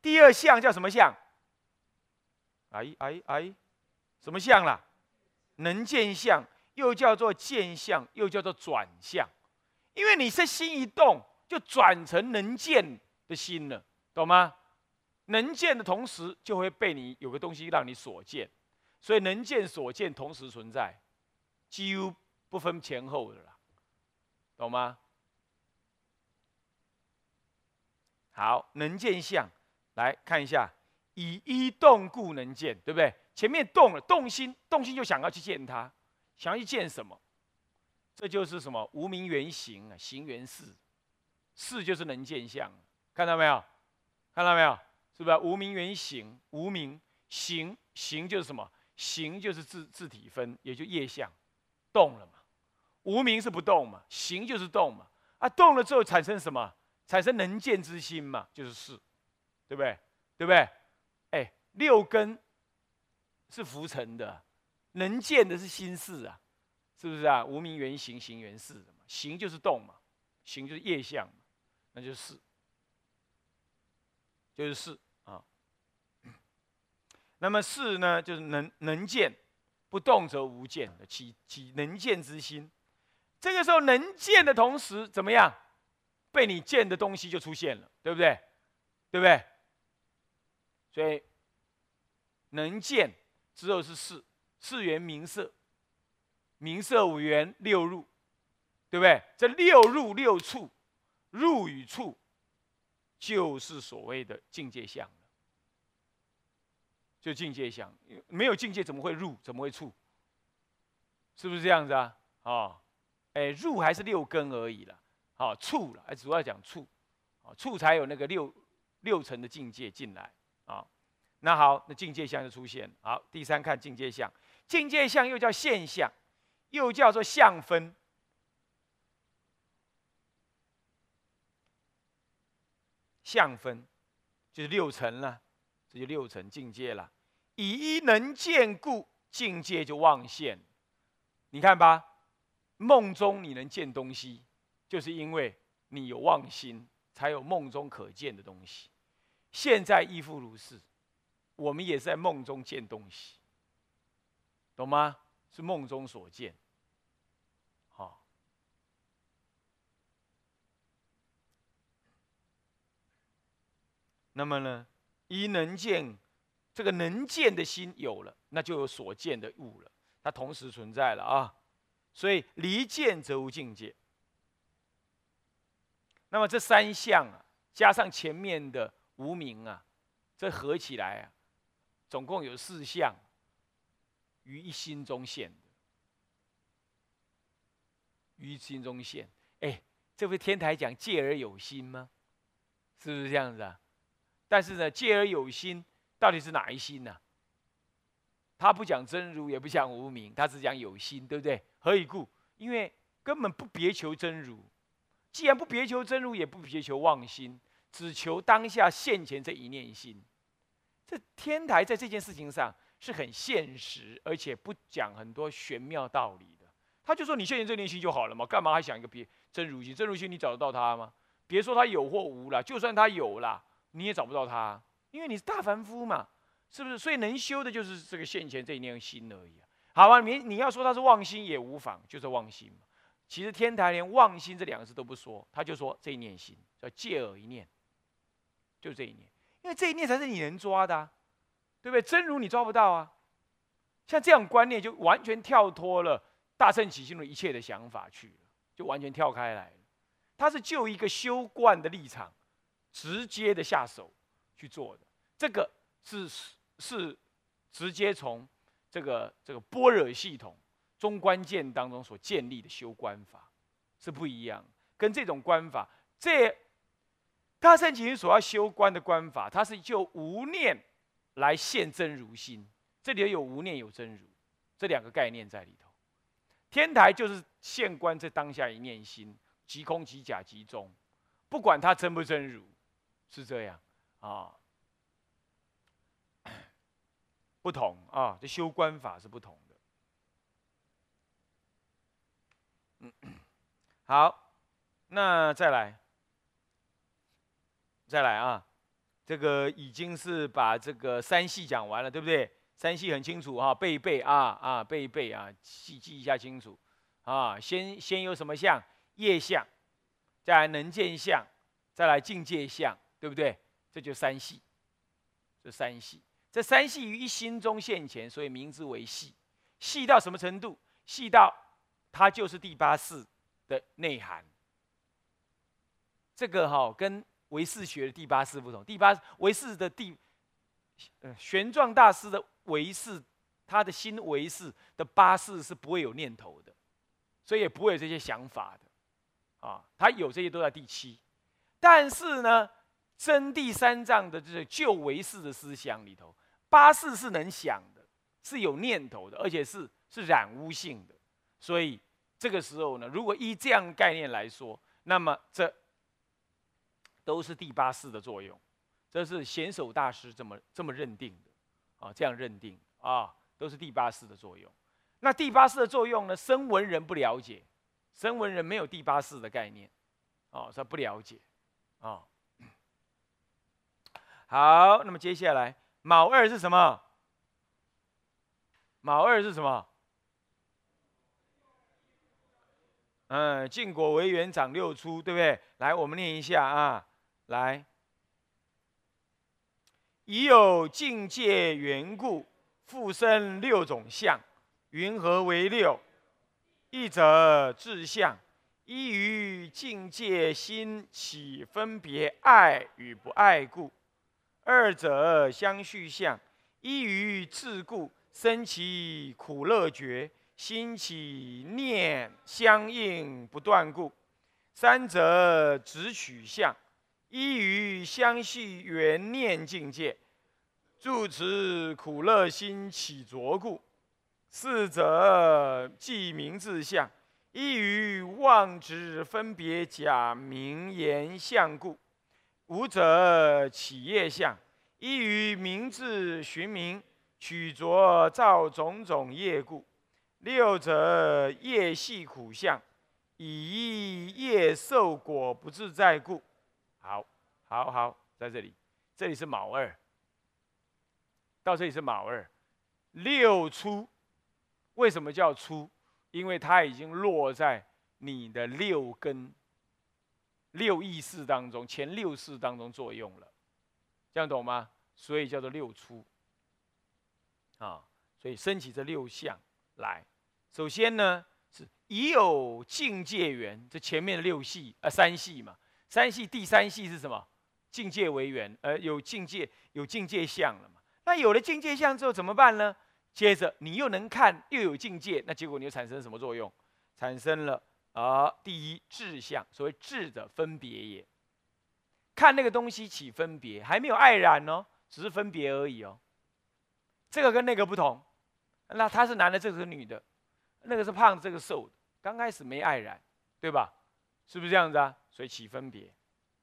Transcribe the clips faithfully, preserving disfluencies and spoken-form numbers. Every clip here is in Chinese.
第二相叫什么相？哎哎哎，什么相啦？能见相，又叫做见相，又叫做转相。因为你这心一动，就转成能见的心了，懂吗？能见的同时，就会被你有个东西让你所见，所以能见所见同时存在，几乎不分前后的啦，懂吗？好，能见相，来看一下，以一动故能见，对不对？前面动了，动心，动心就想要去见它，想要去见什么？这就是什么？无名原形啊，形原事，事就是能见相，看到没有？看到没有？是不是？无名原形，无名形形就是什么？形就是自自体分，也就业相，动了嘛。无名是不动嘛，形就是动嘛。啊，动了之后产生什么？产生能见之心嘛，就是事，对不对？对不对？哎，六根是浮沉的，能见的是心事啊，是不是啊？无名原形，形原事的嘛，形就是动嘛，形就是业相嘛，那就是事，就是事啊。那么事呢，就是能能见，不动则无见的，起起能见之心。这个时候能见的同时，怎么样？被你见的东西就出现了，对不对？对不对？所以能见之后是事，事缘名色，名色五缘六入，对不对？这六入六处，入与处，就是所谓的境界相了，就境界相。没有境界怎么会入？怎么会处？是不是这样子啊？哦，哎，入还是六根而已了，好、哦，处了，主要讲处，哦，处才有那个六六层的境界进来啊、哦。那好，那境界相就出现。好，第三看境界相，境界相又叫现象，又叫做相分。相分就是六层了，这就六层境界了。以一能见故，境界就妄现。你看吧，梦中你能见东西，就是因为你有妄心，才有梦中可见的东西。现在亦复如是，我们也是在梦中见东西，懂吗？是梦中所见。好、哦，那么呢，一能见，这个能见的心有了，那就有所见的物了，它同时存在了啊。所以离见则无境界。那么这三项啊，加上前面的无明啊，这合起来啊，总共有四项于一心中现的，于一心中现。哎，这不是天台讲戒而有心吗？是不是这样子啊？但是呢，戒而有心到底是哪一心呢、啊？他不讲真如，也不讲无明，他只讲有心，对不对？何以故？因为根本不别求真如。既然不别求真如，也不别求妄心，只求当下现前这一念心。这天台在这件事情上是很现实，而且不讲很多玄妙道理的。他就说你现前这念心就好了嘛，干嘛还想一个别真如心？真如心你找得到它吗？别说它有或无了，就算它有啦，你也找不到它，因为你是大凡夫嘛，是不是？所以能修的就是这个现前这一念心而已啊。好吧，你你要说它是妄心也无妨，就是妄心嘛。其实天台连妄心这两个字都不说，他就说这一念心叫借耳一念，就这一念，因为这一念才是你能抓的、啊，对不对？真如你抓不到啊。像这样观念就完全跳脱了大乘起信论一切的想法去了，就完全跳开来了。他是就一个修观的立场，直接的下手去做的，这个是是直接从这个这个般若系统。中观见当中所建立的修观法是不一样，跟这种观法，这大乘起信所要修观的观法，它是就无念来现真如心。这里有无念有真如，这两个概念在里头。天台就是现观这当下一念心，即空即假即中，不管它真不真如，是这样啊。不同啊，这修观法是不同。嗯，好，那再来，再来啊， 这个已经是把这个三系讲完了，对不对？三系很清楚哈，背一背啊啊，背一背啊，记记一下清楚啊。先先有什么相？业相，再来能见相，再来境界相，对不对？这就三系，这三系，这三系于一心中现前，所以名之为系。细到什么程度？细到它就是第八识的内涵。这个哈、哦、跟唯识学的第八识不同。第八唯识的第呃玄奘大师的唯识，他的新唯识的八识是不会有念头的，所以也不会有这些想法的啊。他有这些都在第七，但是呢，真第三藏的就是旧唯识的思想里头，八识是能想的，是有念头的，而且是是染污性的。所以这个时候呢，如果依这样概念来说，那么这都是第八识的作用，这是显首大师这么这么认定的啊，这样认定啊，都是第八识的作用。那第八识的作用呢，声闻人不了解，声闻人没有第八识的概念，哦，他不了解啊。好，那么接下来卯二是什么？卯二是什么？嗯，净果为缘长六出，对不对？来，我们念一下啊，来，已有境界缘故，复生六种相，云何为六？一者志相，依于境界心起分别爱与不爱故；二者相续相，依于自故生其苦乐觉。心起念相应不断故；三者执取相，依于相续缘念境界，住持苦乐心起着故；四者即名字相，依于妄执分别假名言相故；五者起业相，依于名字寻名取着造种种业故；六者业系苦相，以业受果不自在故。好，好，好，在这里，这里是卯二，到这里是卯二，六出，为什么叫出？因为它已经落在你的六根、六意识当中，前六识当中作用了，这样懂吗？所以叫做六出啊，所以升起这六相来。首先呢，是已有境界缘，这前面的六系啊、呃、三系嘛，三系第三系是什么？境界为缘，呃，有境界有境界相了嘛。那有了境界相之后怎么办呢？接着你又能看，又有境界，那结果你又产生什么作用？产生了啊、呃，第一智相，所谓智的分别也。看那个东西起分别，还没有爱染哦，只是分别而已哦。这个跟那个不同，那他是男的，这个是女的。那个是胖的，这个瘦的，刚开始没爱染，对吧？是不是这样子啊？所以起分别，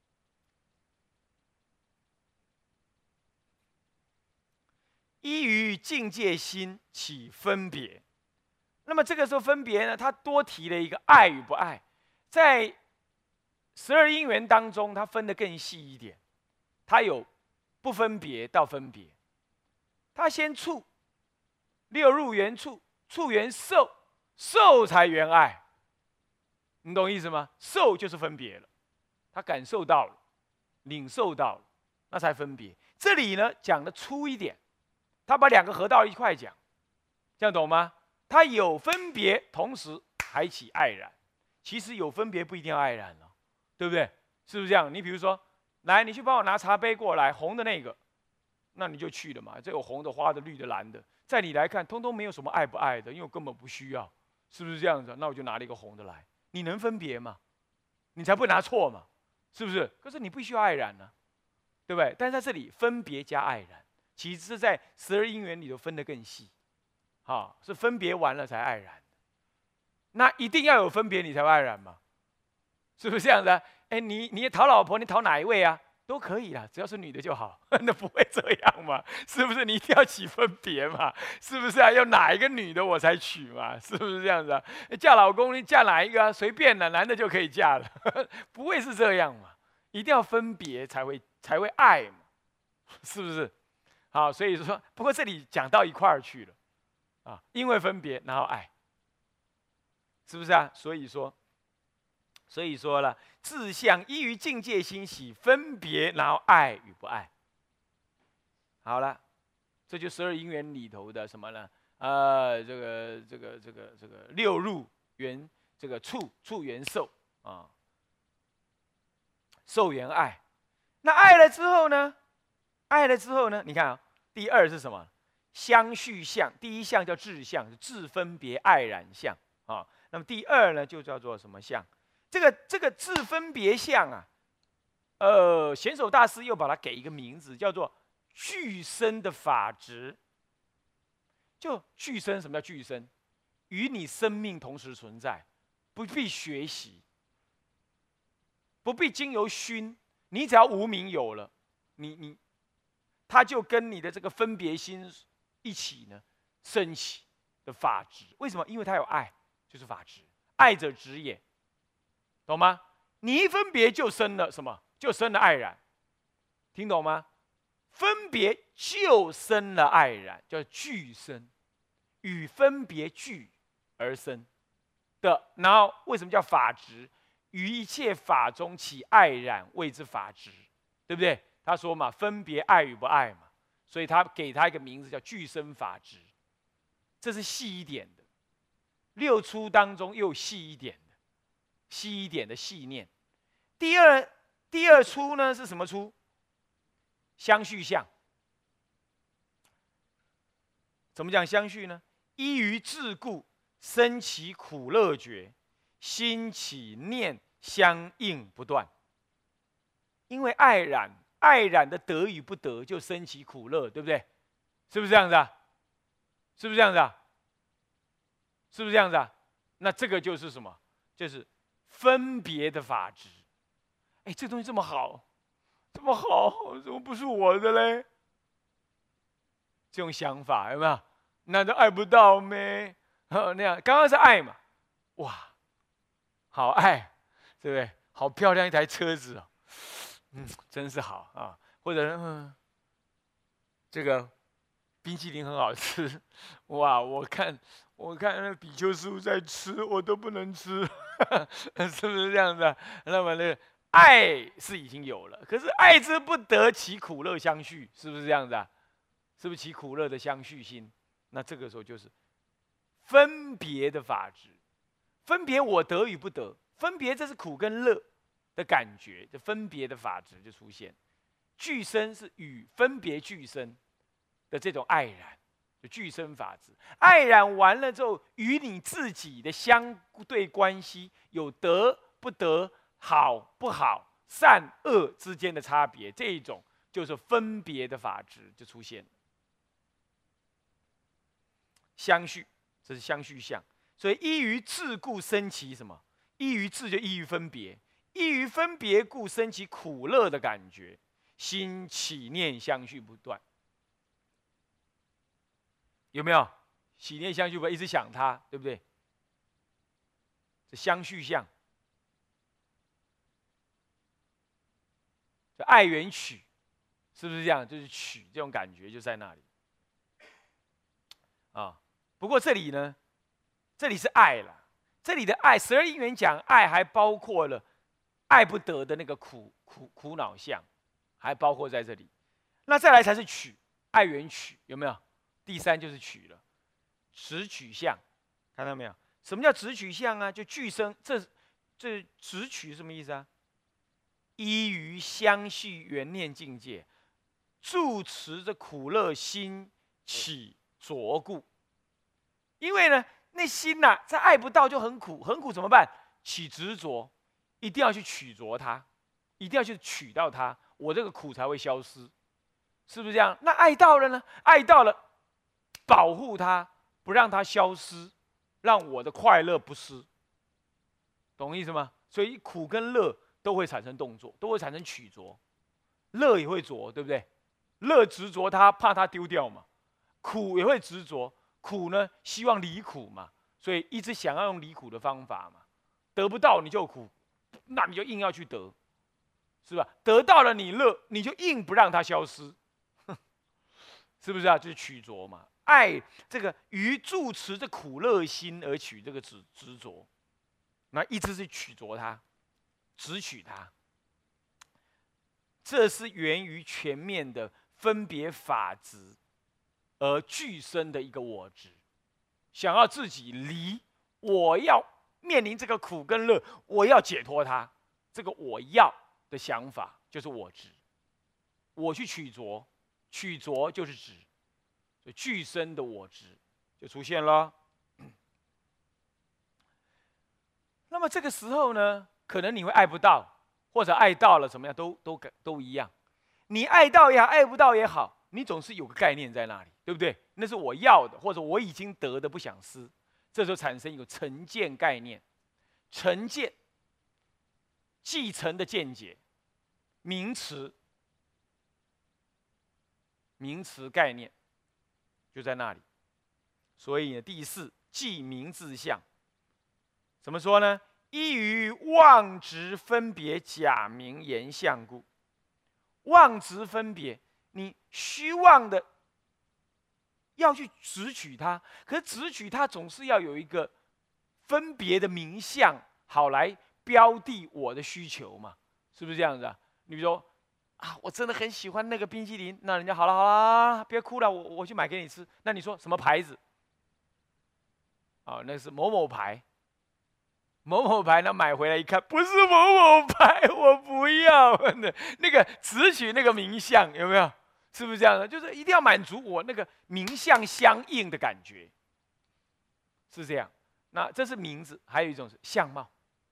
依于境界心起分别。那么这个时候分别呢，他多提了一个爱与不爱，在十二因缘当中，它分得更细一点，它有不分别到分别，它先触，六入缘触，触缘受。受才缘爱，你懂意思吗？受就是分别了，他感受到了，领受到了，那才分别。这里呢讲的粗一点，他把两个合到一块讲，这样懂吗？他有分别，同时还起爱染。其实有分别不一定要爱染了，对不对？是不是这样？你比如说，来，你去帮我拿茶杯过来，红的那个，那你就去了嘛。这有红的、花的、绿的、蓝的，在你来看，通通没有什么爱不爱的，因为我根本不需要。是不是这样子？那我就拿了一个红的来，你能分别吗？你才不会拿错嘛，是不是？可是你必须要爱染呢、啊，对不对？但是在这里分别加爱染，其实是在十二因缘里头分得更细，啊，是分别完了才爱染。那一定要有分别你才会爱染嘛，是不是这样子啊？哎，你你讨老婆，你讨哪一位啊？都可以啦，只要是女的就好，那不会这样嘛？是不是？你一定要起分别嘛？是不是啊？要哪一个女的我才娶嘛？是不是这样子啊？嫁老公你嫁哪一个啊？随便了，男的就可以嫁了，不会是这样嘛？一定要分别才会才会爱嘛？ 是不是？好，所以说，不过这里讲到一块儿去了啊，因为分别，然后爱，是不是啊？所以说，所以说了，志向依于境界欣喜，分别然后爱与不爱。好了，这就十二因缘里头的什么呢？呃，这个这个这个这个六入缘，这个处处缘受啊，受缘爱。那爱了之后呢？爱了之后呢？你看啊，第二是什么？相续相。第一项叫志相，是志分别爱染相啊。那么第二呢，就叫做什么相？这个这个志分别相啊，呃，贤手大师又把它给一个名字，叫做具身的法执。就具身，什么叫具身？与你生命同时存在，不必学习，不必经由熏，你只要无明有了，你你，它就跟你的这个分别心一起呢升起的法执。为什么？因为它有爱，就是法执，爱者执也，懂吗？你一分别就生了什么？就生了爱染，听懂吗？分别就生了爱染，叫具生，与分别具而生的。然后为什么叫法执？于一切法中起爱染，谓之法执，对不对？他说嘛，分别爱与不爱嘛，所以他给他一个名字叫具生法执。这是细一点的，六出当中又细一点的，细一点的细念。第二第二出呢是什么出？相续相。怎么讲相续呢？依于自故生起苦乐觉，心起念相应不断。因为爱染，爱染的得与不得，就生起苦乐，对不对？是不是这样子啊？是不是这样子啊？是不是这样子啊？那这个就是什么？就是分别的法执。哎，这东西这么好，这么好，怎么不是我的嘞？这种想法有没有？那就爱不到咩？那样刚刚是爱嘛，哇，好爱，对不对？好漂亮一台车子哦，嗯，真是好啊。或者嗯，这个冰淇淋很好吃，哇，我看我看那比丘师傅在吃，我都不能吃，是不是这样子啊？那么那个爱是已经有了，可是爱之不得，其苦乐相续，是不是这样子啊？是不是其苦乐的相续心？那这个时候就是分别的法执，分别我得与不得，分别这是苦跟乐的感觉，这分别的法执就出现。具生是与分别俱生的这种爱染，就俱生法执。爱染完了之后，与你自己的相对关系有得不得、好不好、善恶之间的差别，这一种就是分别的法执就出现了。相续，这是相续相。所以依于自故生起什么？依于自就依于分别，依于分别故生起苦乐的感觉，心起念相续不断。有没有？起念相续不断，一直想它，对不对？这相续相，这爱缘取，是不是这样？就是取这种感觉就在那里啊。不过这里呢，这里是爱了。这里的爱，十二因缘讲爱，还包括了爱不得的那个苦苦苦恼相，还包括在这里。那再来才是取，爱缘取，有没有？第三就是取了，执取相，看到没有？什么叫执取相啊？就俱生，这这执取什么意思啊？依于相续缘念境界，住持着苦乐心起着故。因为呢，那心呐、啊，在爱不到就很苦，很苦怎么办？起执着，一定要去取着它，一定要去取到它，我这个苦才会消失，是不是这样？那爱到了呢？爱到了，保护它，不让它消失，让我的快乐不失，懂意思吗？所以苦跟乐都会产生动作，都会产生取着，乐也会着，对不对？乐执着它，怕它丢掉嘛；苦也会执着。苦呢，希望离苦嘛，所以一直想要用离苦的方法嘛，得不到你就苦，那你就硬要去得，是吧？得到了你乐，你就硬不让它消失， 是不是啊？就是取着嘛。爱这个于住持这苦乐心而取这个执执着，那一直是取着它，只取它。这是源于全面的分别法执而具生的一个我执，想要自己离，我要面临这个苦跟乐，我要解脱它，这个我要的想法就是我执，我去取着，取着就是执，所以具生的我执就出现了。那么这个时候呢，可能你会爱不到，或者爱到了怎么样，都都都一样。你爱到也好，爱不到也好，你总是有个概念在那里，对不对？那是我要的，或者我已经得的不想失，这就产生一个成见概念，成见，继承的见解，名词，名词概念就在那里。所以呢，第四，记名字相。怎么说呢？依于妄执分别假名言相故。妄执分别，你虚妄的要去执取它，可是执取它总是要有一个分别的名相，好来标的我的需求嘛，是不是这样子啊？你比如说啊，我真的很喜欢那个冰淇淋，那人家好了好了，别哭了，我我去买给你吃。那你说什么牌子？啊，那是某某牌。某某牌，那买回来一看，不是某某牌，我不要。那个只取那个名相，有没有？是不是这样的？就是一定要满足我那个名相相应的感觉，是这样。那这是名字，还有一种是相貌。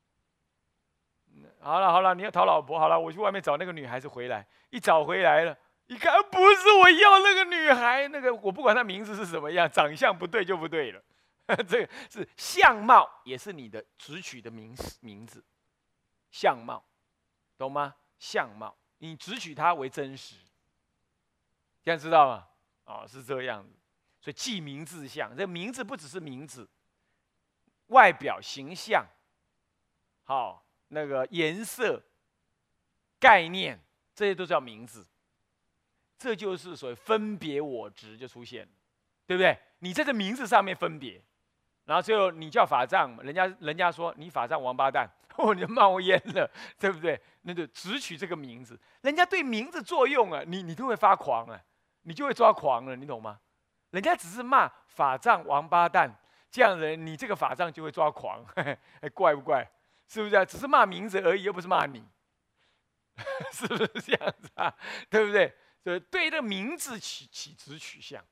好了好了，你要讨老婆，好了，我去外面找那个女孩子回来，一找回来了，一看不是我要那个女孩，那个我不管她名字是什么样，长相不对就不对了。这个是相貌，也是你的直取的名名字，相貌，懂吗？相貌，你直取它为真实，这样知道吗？哦，是这样子。所以记名字相，这名字不只是名字，外表形象，好、哦，那个颜色、概念，这些都叫名字。这就是所谓分别我执就出现了，对不对？你在这名字上面分别。然后最后你叫法杖，人家人家说你法杖王八蛋，哦，你就冒烟了，对不对？那就只取这个名字，人家对名字作用啊，你你都会发狂啊，你就会抓狂了，你懂吗？人家只是骂法杖王八蛋，这样人你这个法杖就会抓狂，嘿嘿，怪不怪？是不是啊？只是骂名字而已，又不是骂你，是不是这样子啊？对不对？所以对这个名字起起直取向，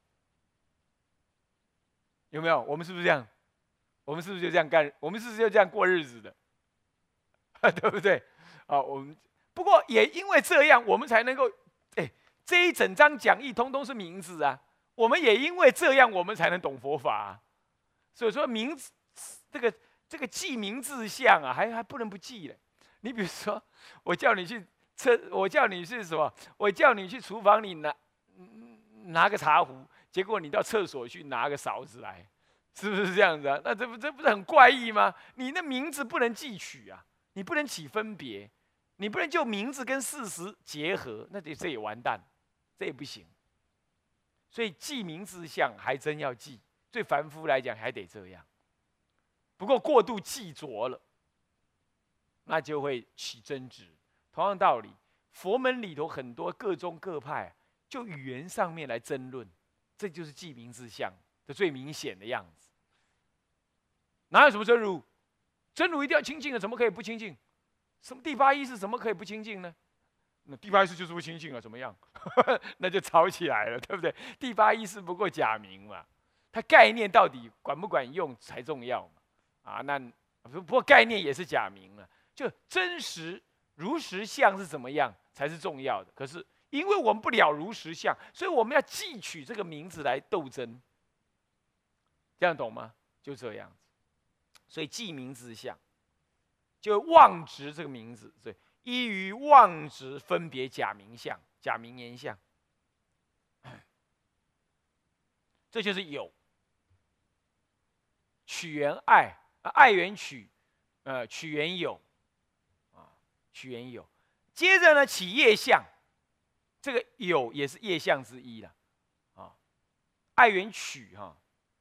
有没有？我们是不是这样？我们是不是就这样干？我们是不是就这样过日子的？对不对？啊，我们不过也因为这样，我们才能够，哎，这一整章讲义通通是名字啊。我们也因为这样，我们才能懂佛法啊。所以说名字，这个这个记名字相啊，还还不能不记嘞。你比如说，我叫你去厕，我叫你是什么？我叫你去厨房里拿拿个茶壶，结果你到厕所去拿个勺子来。是不是这样子啊？那这不这不是很怪异吗？你那名字不能记取啊，你不能起分别，你不能就名字跟事实结合，那这这也完蛋，这也不行。所以记名字相还真要记，对凡夫来讲还得这样。不过过度记着了，那就会起争执。同样道理，佛门里头很多各宗各派，就语言上面来争论，这就是记名字相的最明显的样子。哪有什么真如？真如一定要清净的，怎么可以不清净？什么第八意识怎么可以不清净呢？那第八意识就是不清净啊，怎么样？那就吵起来了，对不对？第八意识不过假名嘛，它概念到底管不管用才重要嘛。啊，那不过概念也是假名了，就真实如实相是怎么样才是重要的。可是因为我们不了如实相，所以我们要记取这个名字来斗争，这样懂吗？就这样子。所以记名字相，就妄执这个名字，所以依于妄执分别假名相、假名言相，这就是有取缘爱，爱缘取，呃，取缘有，啊，取缘有。接着呢，起业相，这个有也是业相之一了，啊， 爱缘取哈，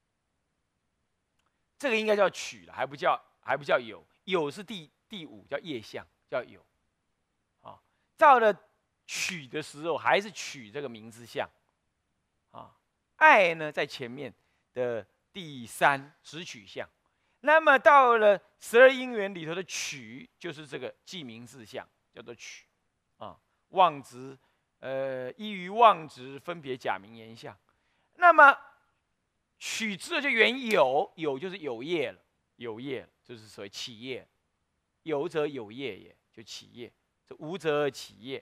这个应该叫取了，还不叫还不叫有，有是第第五叫业相，叫有。啊，照了取的时候还是取这个名字相，啊，爱呢在前面的第三直取相。那么到了十二因缘里头的取，就是这个记名字相，叫做取，啊，妄执，呃，依于妄执分别假名言相。那么取之后就缘有，有就是有业了，有业就是所谓起业，有者有业也，就起业，这无者起业。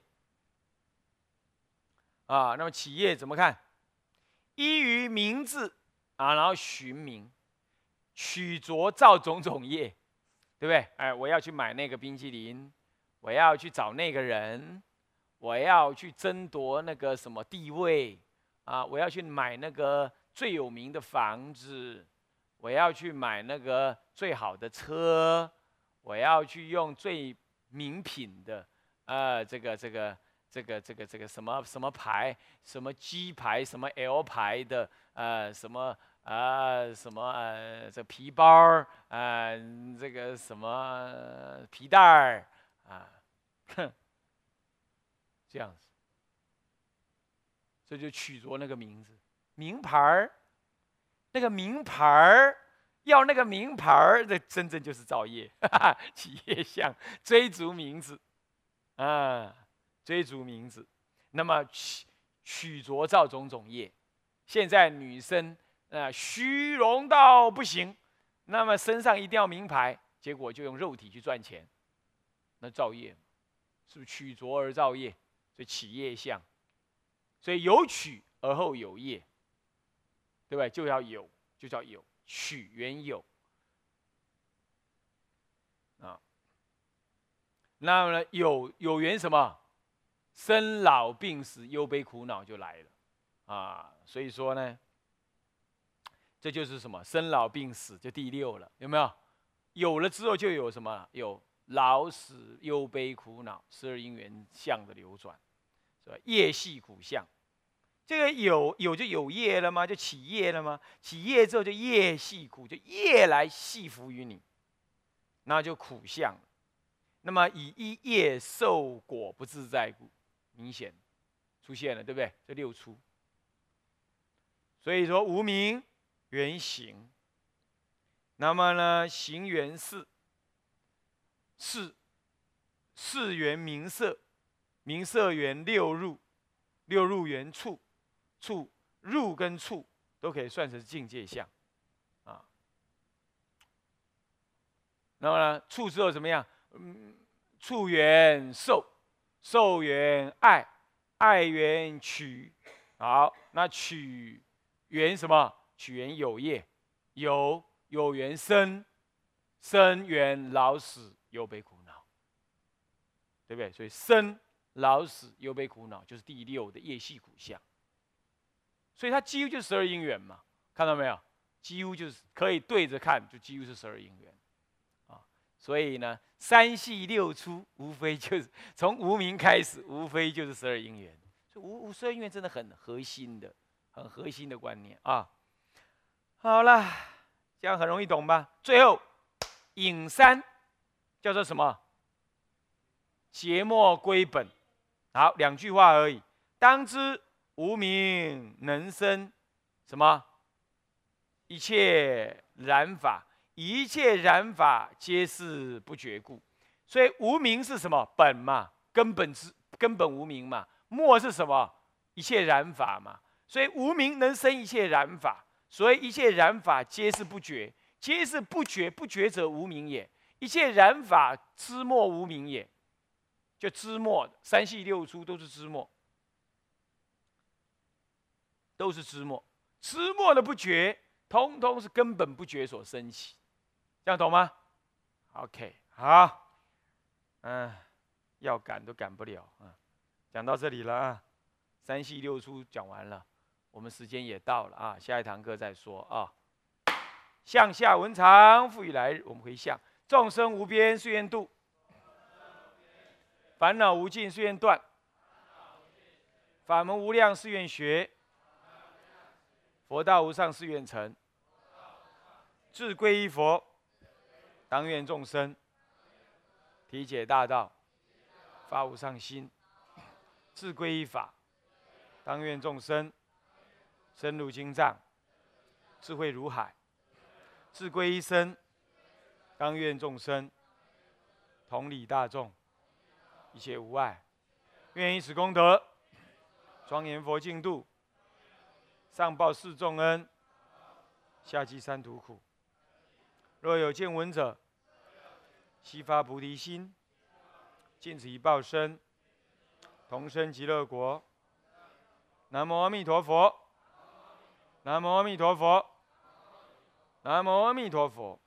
啊，那么起业怎么看？依于名字啊，然后寻名。取着造种种业，对不对？哎，我要去买那个冰淇淋，我要去找那个人，我要去争夺那个什么地位啊，我要去买那个最有名的房子，我要去买那个最好的车，我要去用最名品的，呃，这个这个这个这个这个什么什么牌，什么 G 牌，什么 L 牌的，呃，什么。啊，什么呃，这皮包儿啊，这个什么皮带儿啊，哼，这样子，这就取着那个名字，名牌儿，那个名牌儿，要那个名牌儿，这真正就是造业，哈哈，企业相追逐名字啊，追逐名字，那么取取着造种种业，现在女生。啊，虚荣到不行，那么身上一定要名牌，结果就用肉体去赚钱，那造业，是不是取着而造业？所以起业相，所以有取而后有业，对不对？就要有，就叫有，取缘有啊。那么呢，有有缘什么？生老病死、忧悲苦恼就来了啊。所以说呢。这就是什么生老病死，就第六了，有没有？有了之后就有什么？有老死忧悲苦恼，十二因缘相的流转，是吧？业系苦相，这个有有就有业了吗？就起业了吗？起业之后就业系苦，就业来系服于你，那就苦相了。那么以一业受果不自在故，明显出现了，对不对？这六出，所以说无明。原形，那么呢？形缘四，四四缘名色，名色缘六入，六入缘触，触入跟触都可以算成境界相啊。那么呢？触之后怎么样？嗯，触缘受，受缘爱，爱缘取。好，那取缘什么？取缘有业，有有缘生，生缘老死忧悲苦恼，对不对？所以生老死忧悲苦恼就是第六的业系苦相，所以它几乎就是十二因缘嘛，看到没有？几乎就是可以对着看，就几乎是十二因缘啊。所以呢，三系六出，无非就是从无明开始，无非就是十二因缘。所以无无十二因缘真的很核心的，很核心的观念啊。好了，这样很容易懂吧？最后，引三叫做什么？结末归本。好，两句话而已。当知无明能生什么？一切染法，一切染法皆是不觉故。所以无明是什么？本嘛，根本之根本无明嘛。末是什么？一切染法嘛。所以无明能生一切染法。所以一切染法皆是不觉，皆是不觉，不觉者无明也。一切染法知末无明也，就知末，三系六出都是知末，都是知末。知末的不觉，通通是根本不觉所生起，这样懂吗 ？OK， 好，嗯，要赶都赶不了啊。讲到这里了啊，三系六出讲完了。我们时间也到了啊，下一堂课再说啊。向下文长，复以来日，我们回向：众生无边誓愿度，烦恼无尽誓愿断，法门无量誓愿学， 佛道无上誓愿成，志归依佛，当愿众生体解大道，发无上心；志归依法，当愿众生深入经藏，智慧如海；志归依身，当愿众生同理大众，一切无碍。愿以此功德，庄严佛净土，上报四重恩，下济三途苦。若有见闻者，悉发菩提心，尽此一报身，同生极乐国。南无阿弥陀佛。南无阿弥陀佛。南无阿弥陀佛。